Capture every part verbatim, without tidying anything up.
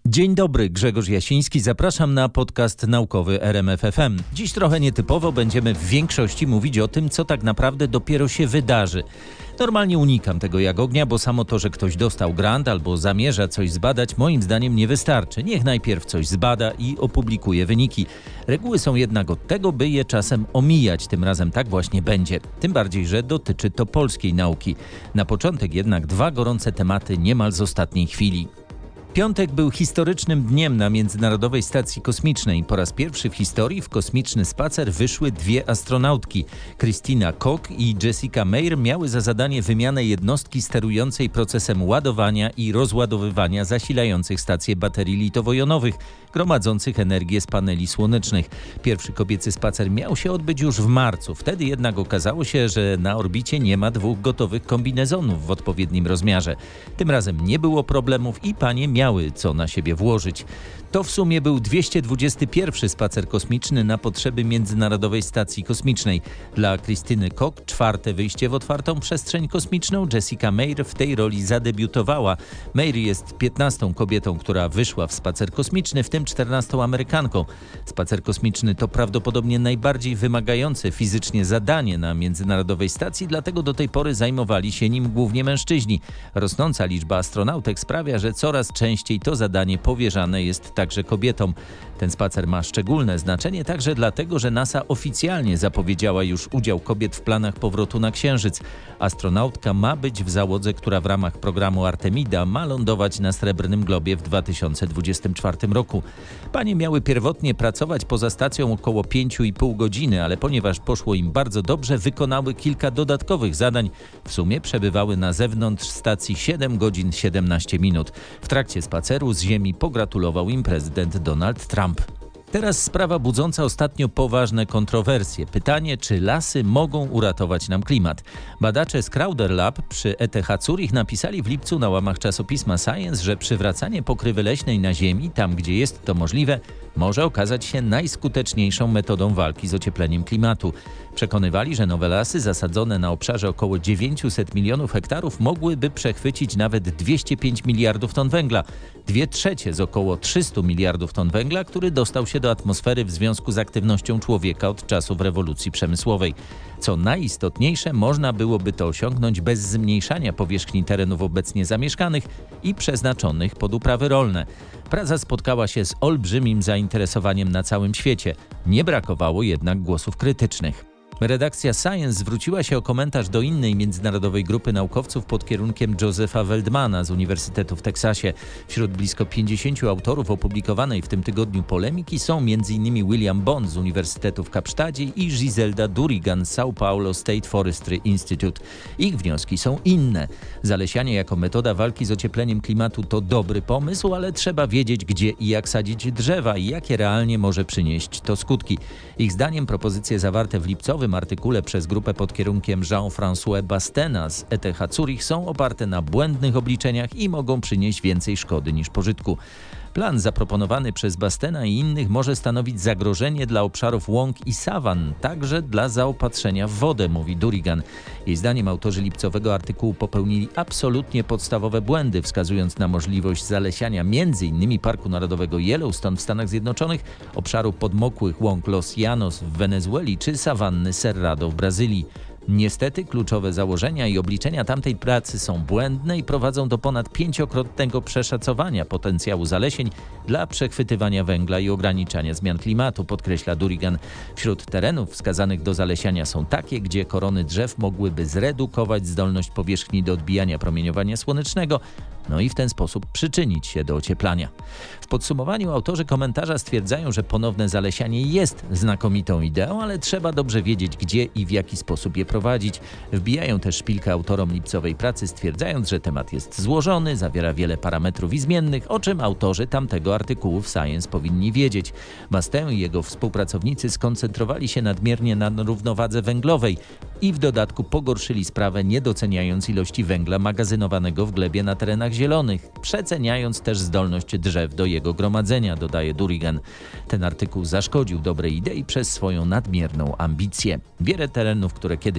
Dzień dobry, Grzegorz Jasiński. Zapraszam na podcast naukowy R M F F M. Dziś trochę nietypowo będziemy w większości mówić o tym, co tak naprawdę dopiero się wydarzy. Normalnie unikam tego jak ognia, bo samo to, że ktoś dostał grant albo zamierza coś zbadać, moim zdaniem nie wystarczy. Niech najpierw coś zbada i opublikuje wyniki. Reguły są jednak od tego, by je czasem omijać. Tym razem tak właśnie będzie. Tym bardziej, że dotyczy to polskiej nauki. Na początek jednak dwa gorące tematy niemal z ostatniej chwili. Piątek był historycznym dniem na Międzynarodowej Stacji Kosmicznej. Po raz pierwszy w historii w kosmiczny spacer wyszły dwie astronautki. Christina Koch i Jessica Meir miały za zadanie wymianę jednostki sterującej procesem ładowania i rozładowywania zasilających stacje baterii litowo-jonowych, gromadzących energię z paneli słonecznych. Pierwszy kobiecy spacer miał się odbyć już w marcu. Wtedy jednak okazało się, że na orbicie nie ma dwóch gotowych kombinezonów w odpowiednim rozmiarze. Tym razem nie było problemów i panie miały miały co na siebie włożyć. To w sumie był dwieście dwudziesty pierwszy spacer kosmiczny na potrzeby Międzynarodowej Stacji Kosmicznej. Dla Christiny Koch czwarte wyjście w otwartą przestrzeń kosmiczną. Jessica Meir w tej roli zadebiutowała. Meir jest piętnastą kobietą, która wyszła w spacer kosmiczny, w tym czternastą Amerykanką. Spacer kosmiczny to prawdopodobnie najbardziej wymagające fizycznie zadanie na Międzynarodowej Stacji, dlatego do tej pory zajmowali się nim głównie mężczyźni. Rosnąca liczba astronautek sprawia, że coraz częściej to zadanie powierzane jest także kobietom. Ten spacer ma szczególne znaczenie także dlatego, że NASA oficjalnie zapowiedziała już udział kobiet w planach powrotu na Księżyc. Astronautka ma być w załodze, która w ramach programu Artemida ma lądować na Srebrnym Globie w dwa tysiące dwudziestym czwartym roku. Panie miały pierwotnie pracować poza stacją około pięć i pół godziny, ale ponieważ poszło im bardzo dobrze, wykonały kilka dodatkowych zadań. W sumie przebywały na zewnątrz stacji siedem godzin siedemnaście minut. W trakcie spaceru z Ziemi pogratulował im prezydent Donald Trump. Teraz sprawa budząca ostatnio poważne kontrowersje. Pytanie, czy lasy mogą uratować nam klimat. Badacze z Crowder Lab przy E T H Zurich napisali w lipcu na łamach czasopisma Science, że przywracanie pokrywy leśnej na Ziemi, tam gdzie jest to możliwe, może okazać się najskuteczniejszą metodą walki z ociepleniem klimatu. Przekonywali, że nowe lasy zasadzone na obszarze około dziewięćset milionów hektarów mogłyby przechwycić nawet dwieście pięć miliardów ton węgla. Dwie trzecie z około trzystu miliardów ton węgla, który dostał się do atmosfery w związku z aktywnością człowieka od czasów rewolucji przemysłowej. Co najistotniejsze, można byłoby to osiągnąć bez zmniejszania powierzchni terenów obecnie zamieszkanych i przeznaczonych pod uprawy rolne. Praca spotkała się z olbrzymim zainteresowaniem na całym świecie. Nie brakowało jednak głosów krytycznych. Redakcja Science zwróciła się o komentarz do innej międzynarodowej grupy naukowców pod kierunkiem Josepha Veldmana z Uniwersytetu w Teksasie. Wśród blisko pięćdziesięciu autorów opublikowanej w tym tygodniu polemiki są między innymi William Bond z Uniwersytetu w Kapsztadzie i Giselda Durigan z São Paulo State Forestry Institute. Ich wnioski są inne. Zalesianie jako metoda walki z ociepleniem klimatu to dobry pomysł, ale trzeba wiedzieć, gdzie i jak sadzić drzewa i jakie realnie może przynieść to skutki. Ich zdaniem propozycje zawarte w lipcowym artykule przez grupę pod kierunkiem Jean-François Bastena z E T H Zurich są oparte na błędnych obliczeniach i mogą przynieść więcej szkody niż pożytku. Plan zaproponowany przez Bastena i innych może stanowić zagrożenie dla obszarów łąk i sawan, także dla zaopatrzenia w wodę, mówi Durigan. Jej zdaniem autorzy lipcowego artykułu popełnili absolutnie podstawowe błędy, wskazując na możliwość zalesiania między innymi Parku Narodowego Yellowstone w Stanach Zjednoczonych, obszaru podmokłych łąk Los Llanos w Wenezueli czy sawanny Cerrado w Brazylii. Niestety kluczowe założenia i obliczenia tamtej pracy są błędne i prowadzą do ponad pięciokrotnego przeszacowania potencjału zalesień dla przechwytywania węgla i ograniczania zmian klimatu, podkreśla Durigan. Wśród terenów wskazanych do zalesiania są takie, gdzie korony drzew mogłyby zredukować zdolność powierzchni do odbijania promieniowania słonecznego, no i w ten sposób przyczynić się do ocieplania. W podsumowaniu autorzy komentarza stwierdzają, że ponowne zalesianie jest znakomitą ideą, ale trzeba dobrze wiedzieć, gdzie i w jaki sposób je prowadzić. Wbijają też szpilkę autorom lipcowej pracy, stwierdzając, że temat jest złożony, zawiera wiele parametrów i zmiennych, o czym autorzy tamtego artykułu w Science powinni wiedzieć. Bastin i jego współpracownicy skoncentrowali się nadmiernie na równowadze węglowej i w dodatku pogorszyli sprawę, nie doceniając ilości węgla magazynowanego w glebie na terenach zielonych, przeceniając też zdolność drzew do jego gromadzenia, dodaje Durigan. Ten artykuł zaszkodził dobrej idei przez swoją nadmierną ambicję. Wiele terenów, które kiedyś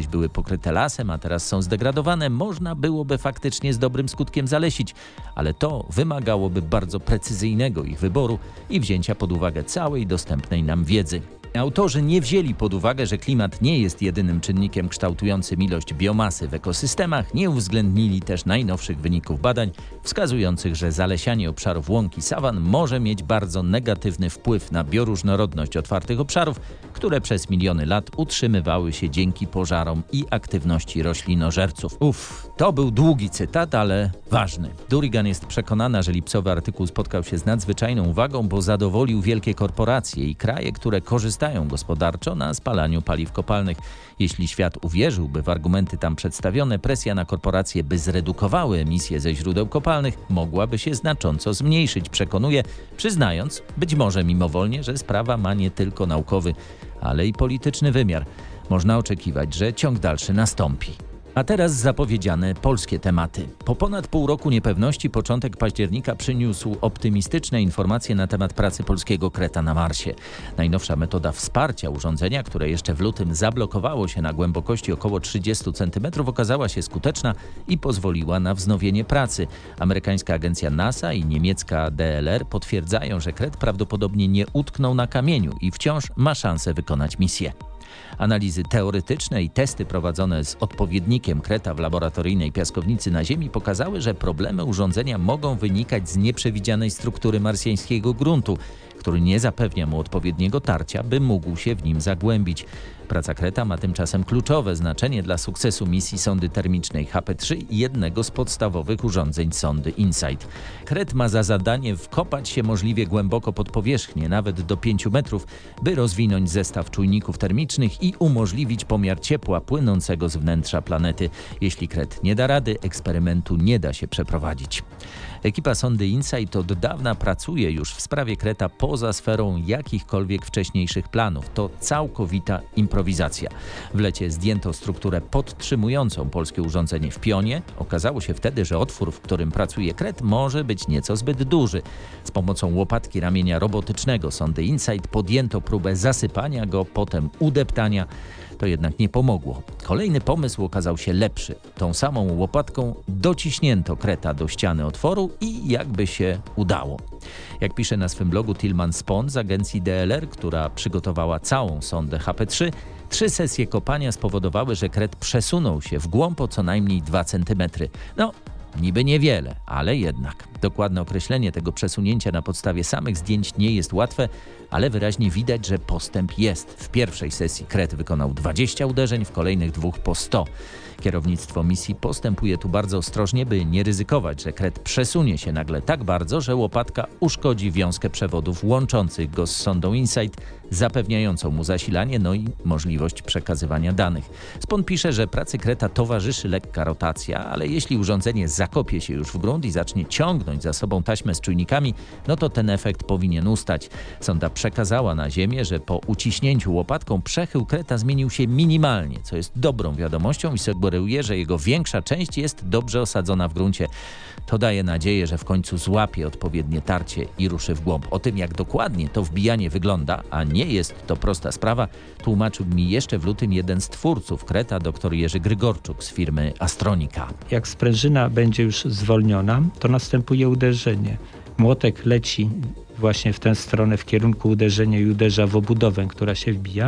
kiedyś były pokryte lasem, a teraz są zdegradowane, można byłoby faktycznie z dobrym skutkiem zalesić, ale to wymagałoby bardzo precyzyjnego ich wyboru i wzięcia pod uwagę całej dostępnej nam wiedzy. Autorzy nie wzięli pod uwagę, że klimat nie jest jedynym czynnikiem kształtującym ilość biomasy w ekosystemach, nie uwzględnili też najnowszych wyników badań wskazujących, że zalesianie obszarów łąk i sawan może mieć bardzo negatywny wpływ na bioróżnorodność otwartych obszarów, które przez miliony lat utrzymywały się dzięki pożarom i aktywności roślinożerców. Uff, to był długi cytat, ale ważny. Durigan jest przekonana, że lipcowy artykuł spotkał się z nadzwyczajną uwagą, bo zadowolił wielkie korporacje i kraje, które korzystają gospodarczo na spalaniu paliw kopalnych. Jeśli świat uwierzyłby w argumenty tam przedstawione, presja na korporacje, by zredukowały emisje ze źródeł kopalnych, mogłaby się znacząco zmniejszyć, przekonuje, przyznając, być może mimowolnie, że sprawa ma nie tylko naukowy, ale i polityczny wymiar. Można oczekiwać, że ciąg dalszy nastąpi. A teraz zapowiedziane polskie tematy. Po ponad pół roku niepewności początek października przyniósł optymistyczne informacje na temat pracy polskiego Kreta na Marsie. Najnowsza metoda wsparcia urządzenia, które jeszcze w lutym zablokowało się na głębokości około trzydziestu centymetrów, okazała się skuteczna i pozwoliła na wznowienie pracy. Amerykańska agencja NASA i niemiecka D L R potwierdzają, że Kret prawdopodobnie nie utknął na kamieniu i wciąż ma szansę wykonać misję. Analizy teoretyczne i testy prowadzone z odpowiednikiem Kreta w laboratoryjnej piaskownicy na Ziemi pokazały, że problemy urządzenia mogą wynikać z nieprzewidzianej struktury marsjańskiego gruntu, który nie zapewnia mu odpowiedniego tarcia, by mógł się w nim zagłębić. Praca Kreta ma tymczasem kluczowe znaczenie dla sukcesu misji sondy termicznej H P trzy i jednego z podstawowych urządzeń sondy InSight. Kret ma za zadanie wkopać się możliwie głęboko pod powierzchnię, nawet do pięciu metrów, by rozwinąć zestaw czujników termicznych i umożliwić pomiar ciepła płynącego z wnętrza planety. Jeśli Kret nie da rady, eksperymentu nie da się przeprowadzić. Ekipa sondy InSight od dawna pracuje już w sprawie Kreta poza sferą jakichkolwiek wcześniejszych planów. To całkowita improwizacja. W lecie zdjęto strukturę podtrzymującą polskie urządzenie w pionie. Okazało się wtedy, że otwór, w którym pracuje Kret, może być nieco zbyt duży. Z pomocą łopatki ramienia robotycznego sondy InSight podjęto próbę zasypania go, potem udeptania. To jednak nie pomogło. Kolejny pomysł okazał się lepszy. Tą samą łopatką dociśnięto Kreta do ściany otworu i jakby się udało. Jak pisze na swym blogu Tilman Spon z agencji D L R, która przygotowała całą sondę H P trzy, trzy sesje kopania spowodowały, że Kret przesunął się w głąb o co najmniej dwa centymetry. No, niby niewiele, ale jednak. Dokładne określenie tego przesunięcia na podstawie samych zdjęć nie jest łatwe, ale wyraźnie widać, że postęp jest. W pierwszej sesji Kret wykonał dwadzieścia uderzeń, w kolejnych dwóch po sto. Kierownictwo misji postępuje tu bardzo ostrożnie, by nie ryzykować, że Kret przesunie się nagle tak bardzo, że łopatka uszkodzi wiązkę przewodów łączących go z sondą InSight, zapewniającą mu zasilanie, no i możliwość przekazywania danych. Spon pisze, że pracy Kreta towarzyszy lekka rotacja, ale jeśli urządzenie zakopie się już w grunt i zacznie ciągnąć za sobą taśmę z czujnikami, no to ten efekt powinien ustać. Sonda przekazała na Ziemię, że po uciśnięciu łopatką przechył Kreta zmienił się minimalnie, co jest dobrą wiadomością i sugeruje, że jego większa część jest dobrze osadzona w gruncie. To daje nadzieję, że w końcu złapie odpowiednie tarcie i ruszy w głąb. O tym, jak dokładnie to wbijanie wygląda, a nie jest to prosta sprawa, tłumaczył mi jeszcze w lutym jeden z twórców Kreta, dr Jerzy Grygorczuk z firmy Astronika. Jak sprężyna będzie już zwolniona, to następuje uderzenie. Młotek leci właśnie w tę stronę, w kierunku uderzenia i uderza w obudowę, która się wbija.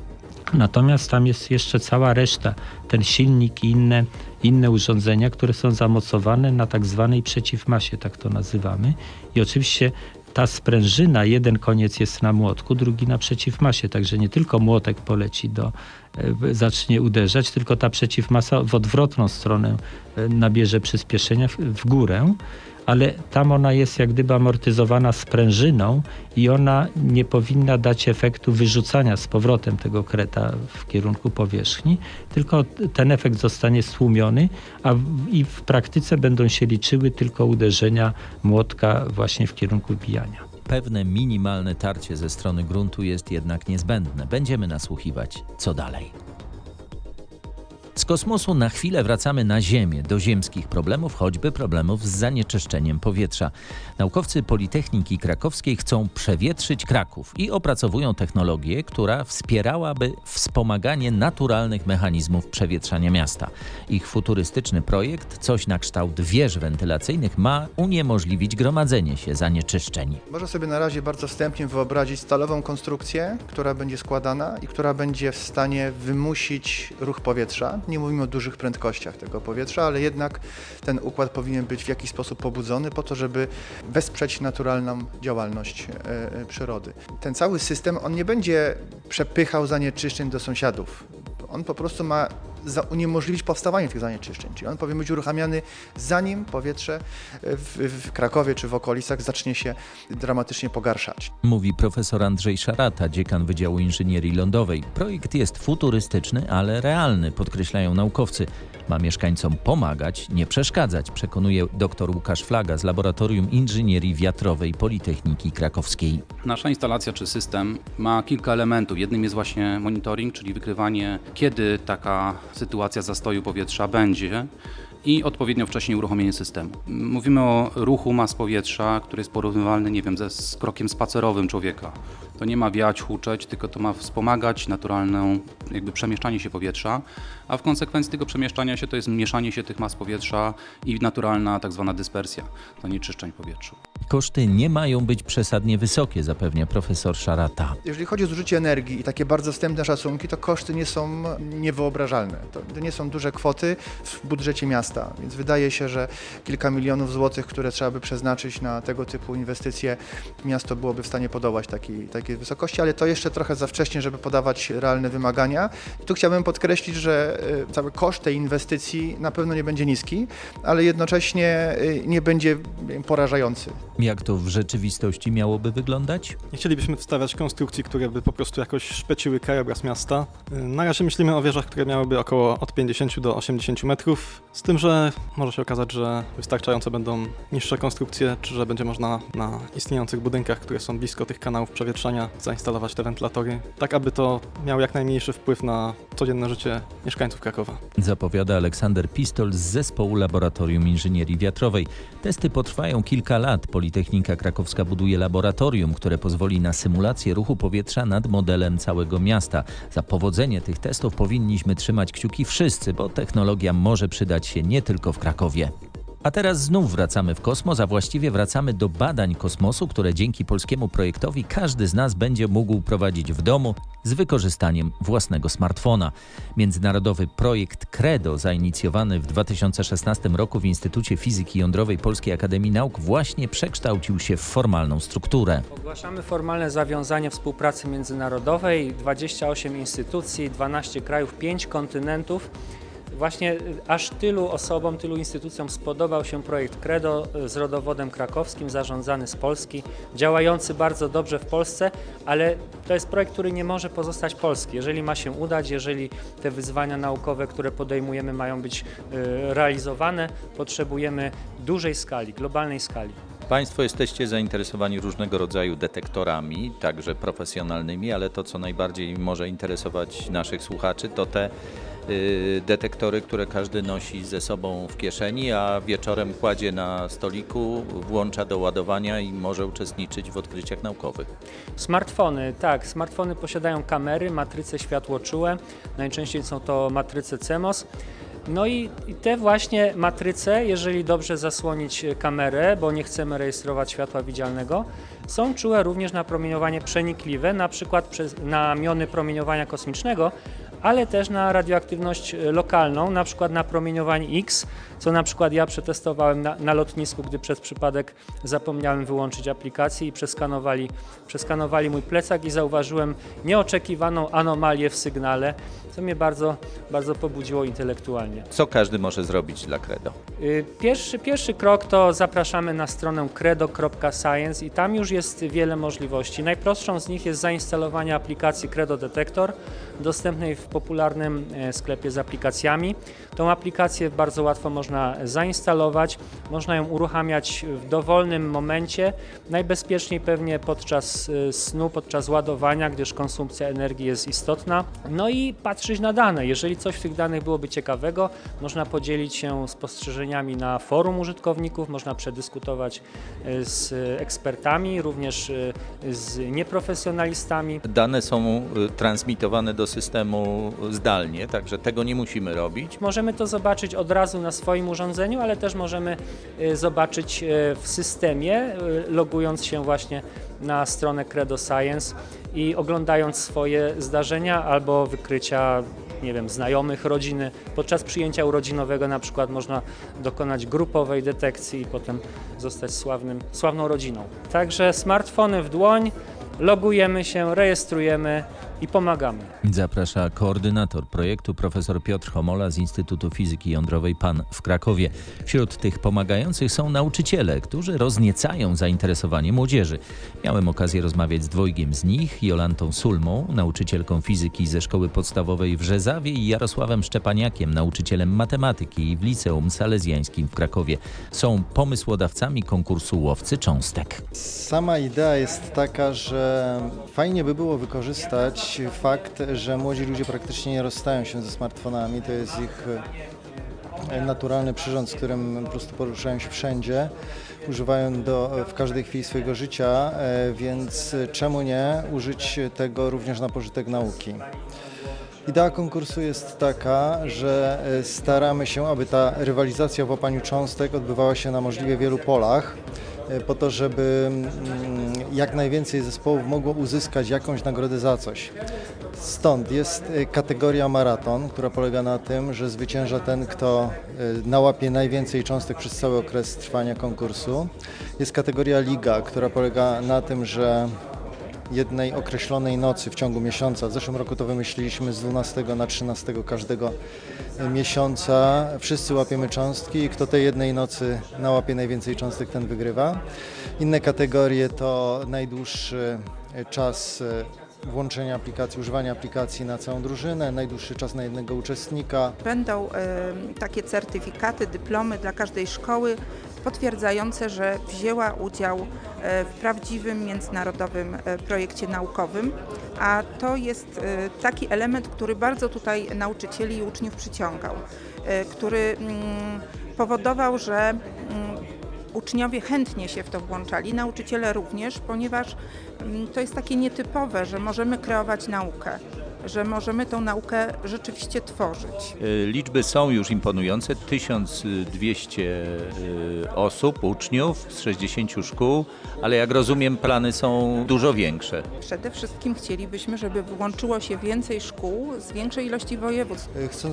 Natomiast tam jest jeszcze cała reszta, ten silnik i inne, inne urządzenia, które są zamocowane na tak zwanej przeciwmasie, tak to nazywamy. I oczywiście ta sprężyna, jeden koniec jest na młotku, drugi na przeciwmasie, także nie tylko młotek poleci do, zacznie uderzać, tylko ta przeciwmasa w odwrotną stronę nabierze przyspieszenia w, w górę, ale tam ona jest jak gdyby amortyzowana sprężyną i ona nie powinna dać efektu wyrzucania z powrotem tego Kreta w kierunku powierzchni, tylko ten efekt zostanie stłumiony, a w, i w praktyce będą się liczyły tylko uderzenia młotka właśnie w kierunku wbijania. Pewne minimalne tarcie ze strony gruntu jest jednak niezbędne. Będziemy nasłuchiwać, co dalej. Z kosmosu na chwilę wracamy na Ziemię, do ziemskich problemów, choćby problemów z zanieczyszczeniem powietrza. Naukowcy Politechniki Krakowskiej chcą przewietrzyć Kraków i opracowują technologię, która wspierałaby wspomaganie naturalnych mechanizmów przewietrzania miasta. Ich futurystyczny projekt, coś na kształt wież wentylacyjnych, ma uniemożliwić gromadzenie się zanieczyszczeń. Można sobie na razie bardzo wstępnie wyobrazić stalową konstrukcję, która będzie składana i która będzie w stanie wymusić ruch powietrza. Nie mówimy o dużych prędkościach tego powietrza, ale jednak ten układ powinien być w jakiś sposób pobudzony po to, żeby wesprzeć naturalną działalność e, przyrody. Ten cały system, on nie będzie przepychał zanieczyszczeń do sąsiadów. On po prostu ma uniemożliwić powstawanie tych zanieczyszczeń. Czyli on powinien być uruchamiany, zanim powietrze w, w Krakowie czy w okolicach zacznie się dramatycznie pogarszać. Mówi profesor Andrzej Szarata, dziekan Wydziału Inżynierii Lądowej. Projekt jest futurystyczny, ale realny, podkreślają naukowcy. Ma mieszkańcom pomagać, nie przeszkadzać, przekonuje dr Łukasz Flaga z Laboratorium Inżynierii Wiatrowej Politechniki Krakowskiej. Nasza instalacja czy system ma kilka elementów. Jednym jest właśnie monitoring, czyli wykrywanie, kiedy taka sytuacja zastoju powietrza będzie i odpowiednio wcześniej uruchomienie systemu. Mówimy o ruchu mas powietrza, który jest porównywalny, nie wiem, ze z krokiem spacerowym człowieka. To nie ma wiać, huczeć, tylko to ma wspomagać naturalne jakby przemieszczanie się powietrza, a w konsekwencji tego przemieszczania się to jest mieszanie się tych mas powietrza i naturalna tak zwana dyspersja zanieczyszczeń w powietrzu. Koszty nie mają być przesadnie wysokie, zapewnia profesor Szarata. Jeżeli chodzi o zużycie energii i takie bardzo wstępne szacunki, to koszty nie są niewyobrażalne. To, to nie są duże kwoty w budżecie miasta, więc wydaje się, że kilka milionów złotych, które trzeba by przeznaczyć na tego typu inwestycje, miasto byłoby w stanie podołać takiej, takiej wysokości, ale to jeszcze trochę za wcześnie, żeby podawać realne wymagania. I tu chciałbym podkreślić, że cały koszt tej inwestycji na pewno nie będzie niski, ale jednocześnie nie będzie porażający. Jak to w rzeczywistości miałoby wyglądać? Nie chcielibyśmy wstawiać konstrukcji, które by po prostu jakoś szpeciły krajobraz miasta. Na razie myślimy o wieżach, które miałyby około od pięćdziesięciu do osiemdziesięciu metrów, z tym, że może się okazać, że wystarczająco będą niższe konstrukcje, czy że będzie można na istniejących budynkach, które są blisko tych kanałów przewietrzania, zainstalować te wentylatory, tak aby to miało jak najmniejszy wpływ na codzienne życie mieszkańców Krakowa. Zapowiada Aleksander Pistol z zespołu Laboratorium Inżynierii Wiatrowej. Testy potrwają kilka lat. Politechnika Krakowska buduje laboratorium, które pozwoli na symulację ruchu powietrza nad modelem całego miasta. Za powodzenie tych testów powinniśmy trzymać kciuki wszyscy, bo technologia może przydać się nie tylko w Krakowie. A teraz znów wracamy w kosmos, a właściwie wracamy do badań kosmosu, które dzięki polskiemu projektowi każdy z nas będzie mógł prowadzić w domu z wykorzystaniem własnego smartfona. Międzynarodowy projekt CREDO, zainicjowany w dwa tysiące szesnastym roku w Instytucie Fizyki Jądrowej Polskiej Akademii Nauk, właśnie przekształcił się w formalną strukturę. Ogłaszamy formalne zawiązanie współpracy międzynarodowej, dwadzieścia osiem instytucji, dwanaście krajów, pięć kontynentów. Właśnie aż tylu osobom, tylu instytucjom spodobał się projekt CREDO z rodowodem krakowskim, zarządzany z Polski, działający bardzo dobrze w Polsce, ale to jest projekt, który nie może pozostać polski. Jeżeli ma się udać, jeżeli te wyzwania naukowe, które podejmujemy, mają być y, realizowane, potrzebujemy dużej skali, globalnej skali. Państwo jesteście zainteresowani różnego rodzaju detektorami, także profesjonalnymi, ale to, co najbardziej może interesować naszych słuchaczy, to te y, detektory, które każdy nosi ze sobą w kieszeni, a wieczorem kładzie na stoliku, włącza do ładowania i może uczestniczyć w odkryciach naukowych. Smartfony, tak. Smartfony posiadają kamery, matryce światłoczułe, najczęściej są to matryce C M O S. No i te właśnie matryce, jeżeli dobrze zasłonić kamerę, bo nie chcemy rejestrować światła widzialnego, są czułe również na promieniowanie przenikliwe, na przykład przez, na miony promieniowania kosmicznego, ale też na radioaktywność lokalną, na przykład na promieniowanie X, co na przykład ja przetestowałem na, na lotnisku, gdy przez przypadek zapomniałem wyłączyć aplikację i przeskanowali, przeskanowali mój plecak i zauważyłem nieoczekiwaną anomalię w sygnale, co mnie bardzo, bardzo pobudziło intelektualnie. Co każdy może zrobić dla CREDO? Pierwszy, pierwszy krok to zapraszamy na stronę credo kropka science i tam już jest wiele możliwości. Najprostszą z nich jest zainstalowanie aplikacji CREDO Detector, dostępnej w popularnym sklepie z aplikacjami. Tą aplikację bardzo łatwo można zainstalować, można ją uruchamiać w dowolnym momencie, najbezpieczniej pewnie podczas snu, podczas ładowania, gdyż konsumpcja energii jest istotna. No i patrzeć na dane. Jeżeli coś w tych danych byłoby ciekawego, można podzielić się spostrzeżeniami na forum użytkowników, można przedyskutować z ekspertami, również z nieprofesjonalistami. Dane są transmitowane do systemu zdalnie, także tego nie musimy robić. Możemy to zobaczyć od razu na swoim urządzeniu, ale też możemy zobaczyć w systemie, logując się właśnie na stronę Credo Science i oglądając swoje zdarzenia albo wykrycia, nie wiem, znajomych, rodziny. Podczas przyjęcia urodzinowego na przykład można dokonać grupowej detekcji i potem zostać sławnym, sławną rodziną. Także smartfony w dłoń, logujemy się, rejestrujemy i pomagamy. Zaprasza koordynator projektu profesor Piotr Homola z Instytutu Fizyki Jądrowej P A N w Krakowie. Wśród tych pomagających są nauczyciele, którzy rozniecają zainteresowanie młodzieży. Miałem okazję rozmawiać z dwojgiem z nich, Jolantą Sulmą, nauczycielką fizyki ze szkoły podstawowej w Rzezawie i Jarosławem Szczepaniakiem, nauczycielem matematyki w Liceum Salezjańskim w Krakowie. Są pomysłodawcami konkursu Łowcy Cząstek. Sama idea jest taka, że fajnie by było wykorzystać fakt, że młodzi ludzie praktycznie nie rozstają się ze smartfonami, to jest ich naturalny przyrząd, z którym po prostu poruszają się wszędzie, używają do, w każdej chwili swojego życia, więc czemu nie użyć tego również na pożytek nauki. Idea konkursu jest taka, że staramy się, aby ta rywalizacja w łapaniu cząstek odbywała się na możliwie wielu polach, po to, żeby jak najwięcej zespołów mogło uzyskać jakąś nagrodę za coś. Stąd jest kategoria maraton, która polega na tym, że zwycięża ten, kto nałapie najwięcej cząstek przez cały okres trwania konkursu. Jest kategoria liga, która polega na tym, że jednej określonej nocy w ciągu miesiąca, w zeszłym roku to wymyśliliśmy z dwunastego na trzynastego każdego miesiąca, wszyscy łapiemy cząstki i kto tej jednej nocy nałapie najwięcej cząstek, ten wygrywa. Inne kategorie to najdłuższy czas włączenia aplikacji, używania aplikacji na całą drużynę, najdłuższy czas na jednego uczestnika. Będą y, takie certyfikaty, dyplomy dla każdej szkoły potwierdzające, że wzięła udział w prawdziwym międzynarodowym projekcie naukowym, a to jest taki element, który bardzo tutaj nauczycieli i uczniów przyciągał, który powodował, że uczniowie chętnie się w to włączali, nauczyciele również, ponieważ to jest takie nietypowe, że możemy kreować naukę, że możemy tą naukę rzeczywiście tworzyć. Liczby są już imponujące, tysiąc dwieście osób, uczniów z sześćdziesięciu szkół, ale jak rozumiem, plany są dużo większe. Przede wszystkim chcielibyśmy, żeby włączyło się więcej szkół z większej ilości województw. Chcąc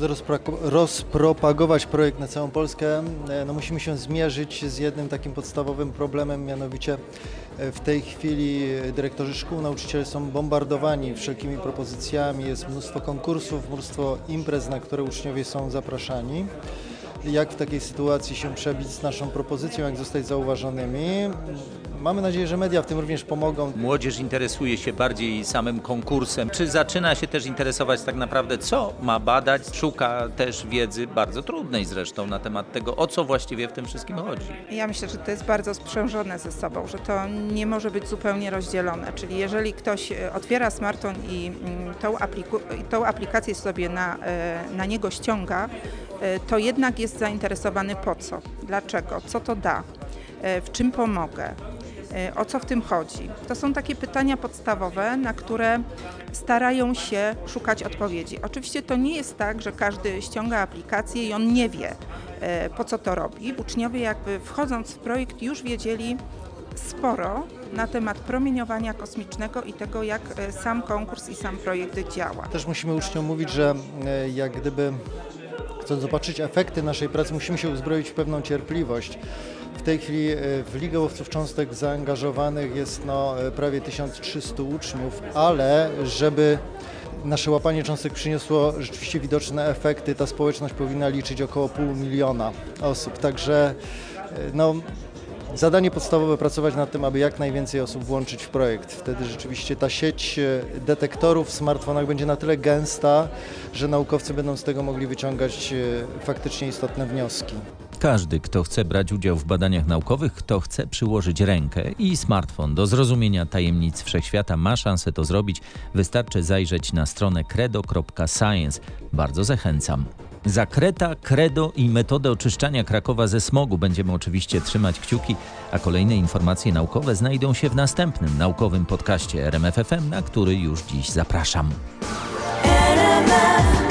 rozpropagować projekt na całą Polskę, no musimy się zmierzyć z jednym takim podstawowym problemem, mianowicie w tej chwili dyrektorzy szkół, nauczyciele są bombardowani wszelkimi propozycjami, jest mnóstwo konkursów, mnóstwo imprez, na które uczniowie są zapraszani. Jak w takiej sytuacji się przebić z naszą propozycją, jak zostać zauważonymi? Mamy nadzieję, że media w tym również pomogą. Młodzież interesuje się bardziej samym konkursem. Czy zaczyna się też interesować tak naprawdę, co ma badać? Szuka też wiedzy, bardzo trudnej zresztą, na temat tego, o co właściwie w tym wszystkim chodzi. Ja myślę, że to jest bardzo sprzężone ze sobą, że to nie może być zupełnie rozdzielone. Czyli jeżeli ktoś otwiera smartfon i tą, apliku- tą aplikację sobie na, na niego ściąga, to jednak jest zainteresowany po co, dlaczego, co to da, w czym pomogę, o co w tym chodzi. To są takie pytania podstawowe, na które starają się szukać odpowiedzi. Oczywiście to nie jest tak, że każdy ściąga aplikację i on nie wie, po co to robi. Uczniowie jakby wchodząc w projekt już wiedzieli sporo na temat promieniowania kosmicznego i tego, jak sam konkurs i sam projekt działa. Też musimy uczniom mówić, że jak gdyby chcąc zobaczyć efekty naszej pracy, musimy się uzbroić w pewną cierpliwość. W tej chwili w Ligę Łowców Cząstek zaangażowanych jest no, prawie tysiąc trzysta uczniów, ale żeby nasze łapanie cząstek przyniosło rzeczywiście widoczne efekty, ta społeczność powinna liczyć około pół miliona osób. Także no, zadanie podstawowe pracować nad tym, aby jak najwięcej osób włączyć w projekt. Wtedy rzeczywiście ta sieć detektorów w smartfonach będzie na tyle gęsta, że naukowcy będą z tego mogli wyciągać faktycznie istotne wnioski. Każdy, kto chce brać udział w badaniach naukowych, kto chce przyłożyć rękę i smartfon do zrozumienia tajemnic wszechświata, ma szansę to zrobić. Wystarczy zajrzeć na stronę credo kropka science. Bardzo zachęcam. Za Kreta, Credo i metodę oczyszczania Krakowa ze smogu będziemy oczywiście trzymać kciuki, a kolejne informacje naukowe znajdą się w następnym naukowym podcaście R M F F M, na który już dziś zapraszam. R M F